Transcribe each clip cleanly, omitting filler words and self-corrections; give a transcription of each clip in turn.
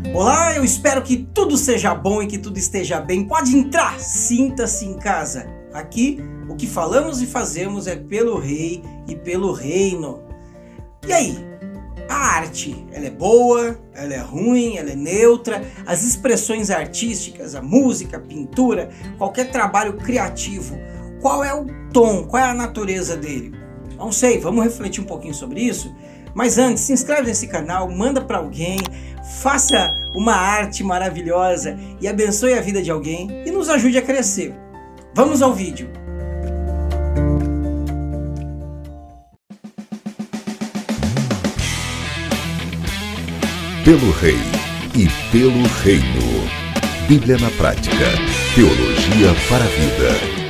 Olá, eu espero que tudo seja bom e que tudo esteja bem. Pode entrar, sinta-se em casa. Aqui, o que falamos e fazemos é pelo Rei e pelo Reino. E aí, a arte, ela é boa, ela é ruim, ela é neutra? As expressões artísticas, a música, a pintura, qualquer trabalho criativo, qual é o tom, qual é a natureza dele? Não sei, vamos refletir um pouquinho sobre isso? Mas antes, se inscreve nesse canal, manda para alguém, faça uma arte maravilhosa e abençoe a vida de alguém e nos ajude a crescer. Vamos ao vídeo. Pelo Rei e pelo Reino. Bíblia na prática. Teologia para a vida.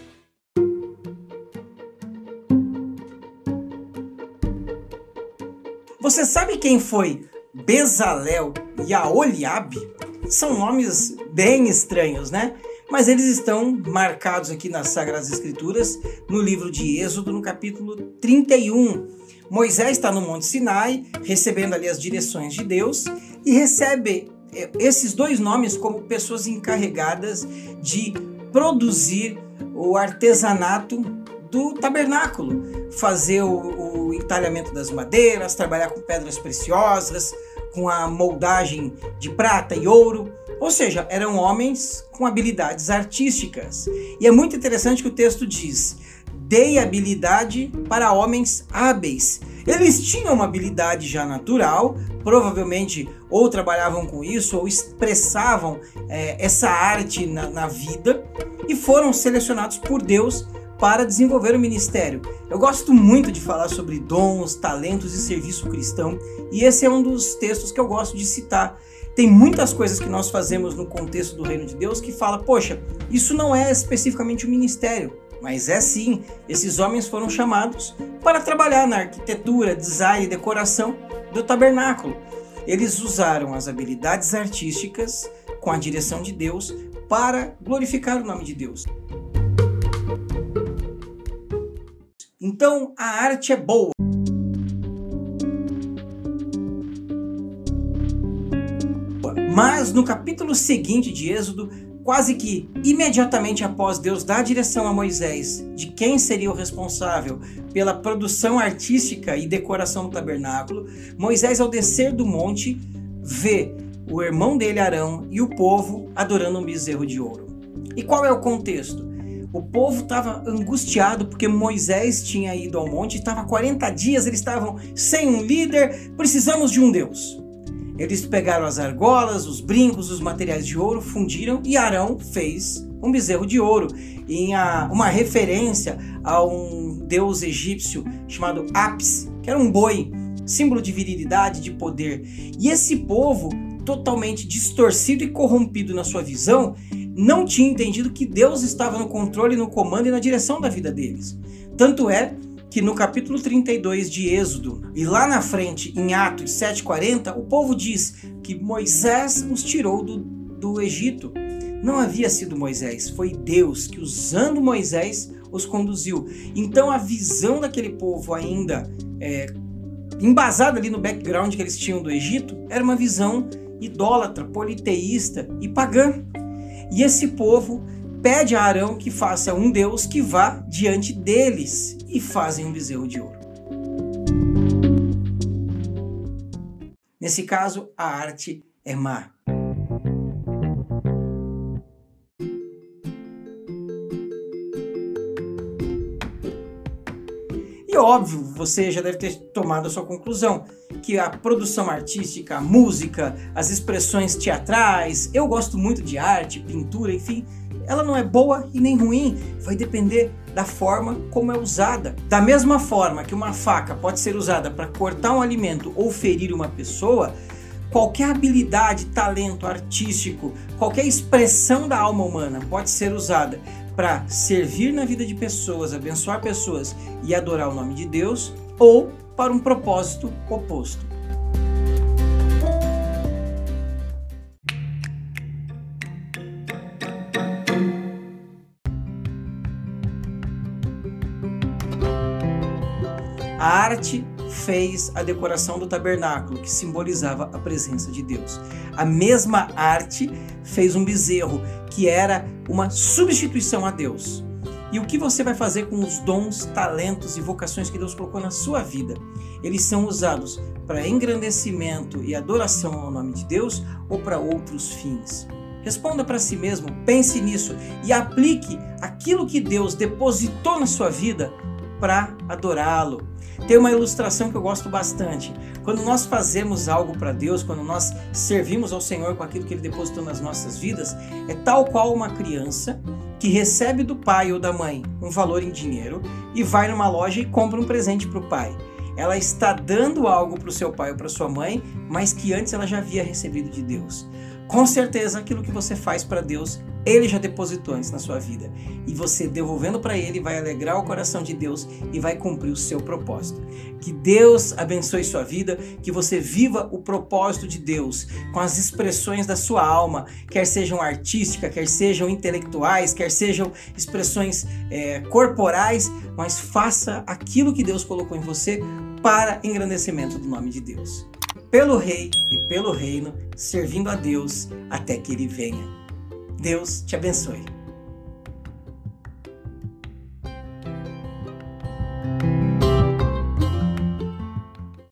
Você sabe quem foi Bezalel e Aholiabe? São nomes bem estranhos, né? Mas eles estão marcados aqui nas Sagradas Escrituras, no livro de Êxodo, no capítulo 31. Moisés está no Monte Sinai, recebendo ali as direções de Deus, e recebe esses dois nomes como pessoas encarregadas de produzir o artesanato do tabernáculo, fazer o entalhamento das madeiras, trabalhar com pedras preciosas, com a moldagem de prata e ouro, ou seja, eram homens com habilidades artísticas. E é muito interessante que o texto diz: dei habilidade para homens hábeis. Eles tinham uma habilidade já natural, provavelmente ou trabalhavam com isso, ou expressavam essa arte na vida, e foram selecionados por Deus para desenvolver o ministério. Eu gosto muito de falar sobre dons, talentos e serviço cristão, e esse é um dos textos que eu gosto de citar. Tem muitas coisas que nós fazemos no contexto do reino de Deus que fala, poxa, isso não é especificamente o ministério, mas é sim, esses homens foram chamados para trabalhar na arquitetura, design e decoração do tabernáculo. Eles usaram as habilidades artísticas com a direção de Deus para glorificar o nome de Deus. Então, a arte é boa. Mas no capítulo seguinte de Êxodo, quase que imediatamente após Deus dar a direção a Moisés de quem seria o responsável pela produção artística e decoração do tabernáculo, Moisés, ao descer do monte, vê o irmão dele, Arão, e o povo adorando um bezerro de ouro. E qual é o contexto? O povo estava angustiado porque Moisés tinha ido ao monte, estava 40 dias, eles estavam sem um líder, precisamos de um Deus. Eles pegaram as argolas, os brincos, os materiais de ouro, fundiram e Arão fez um bezerro de ouro, em uma referência a um deus egípcio chamado Apis, que era um boi, símbolo de virilidade, de poder. E esse povo, totalmente distorcido e corrompido na sua visão, não tinha entendido que Deus estava no controle, no comando e na direção da vida deles. Tanto é que no capítulo 32 de Êxodo, e lá na frente, em Atos 7,40, o povo diz que Moisés os tirou do Egito. Não havia sido Moisés, foi Deus que, usando Moisés, os conduziu. Então a visão daquele povo ainda embasada ali no background que eles tinham do Egito, era uma visão idólatra, politeísta e pagã. E esse povo pede a Arão que faça um Deus que vá diante deles, e fazem um bezerro de ouro. Nesse caso, a arte é má. E óbvio, você já deve ter tomado a sua conclusão, que a produção artística, a música, as expressões teatrais, eu gosto muito de arte, pintura, enfim, ela não é boa e nem ruim, vai depender da forma como é usada. Da mesma forma que uma faca pode ser usada para cortar um alimento ou ferir uma pessoa, qualquer habilidade, talento artístico, qualquer expressão da alma humana pode ser usada para servir na vida de pessoas, abençoar pessoas e adorar o nome de Deus, ou para um propósito oposto. A arte fez a decoração do tabernáculo, que simbolizava a presença de Deus. A mesma arte fez um bezerro, que era uma substituição a Deus. E o que você vai fazer com os dons, talentos e vocações que Deus colocou na sua vida? Eles são usados para engrandecimento e adoração ao nome de Deus ou para outros fins? Responda para si mesmo, pense nisso e aplique aquilo que Deus depositou na sua vida para adorá-lo. Tem uma ilustração que eu gosto bastante. Quando nós fazemos algo para Deus, quando nós servimos ao Senhor com aquilo que Ele depositou nas nossas vidas, é tal qual uma criança que recebe do pai ou da mãe um valor em dinheiro e vai numa loja e compra um presente para o pai. Ela está dando algo para o seu pai ou para sua mãe, mas que antes ela já havia recebido de Deus. Com certeza, aquilo que você faz para Deus, Ele já depositou antes na sua vida. E você, devolvendo para Ele, vai alegrar o coração de Deus e vai cumprir o seu propósito. Que Deus abençoe sua vida, que você viva o propósito de Deus com as expressões da sua alma, quer sejam artísticas, quer sejam intelectuais, quer sejam expressões corporais, mas faça aquilo que Deus colocou em você para engrandecimento do nome de Deus. Pelo Rei e pelo Reino, servindo a Deus até que Ele venha. Deus te abençoe.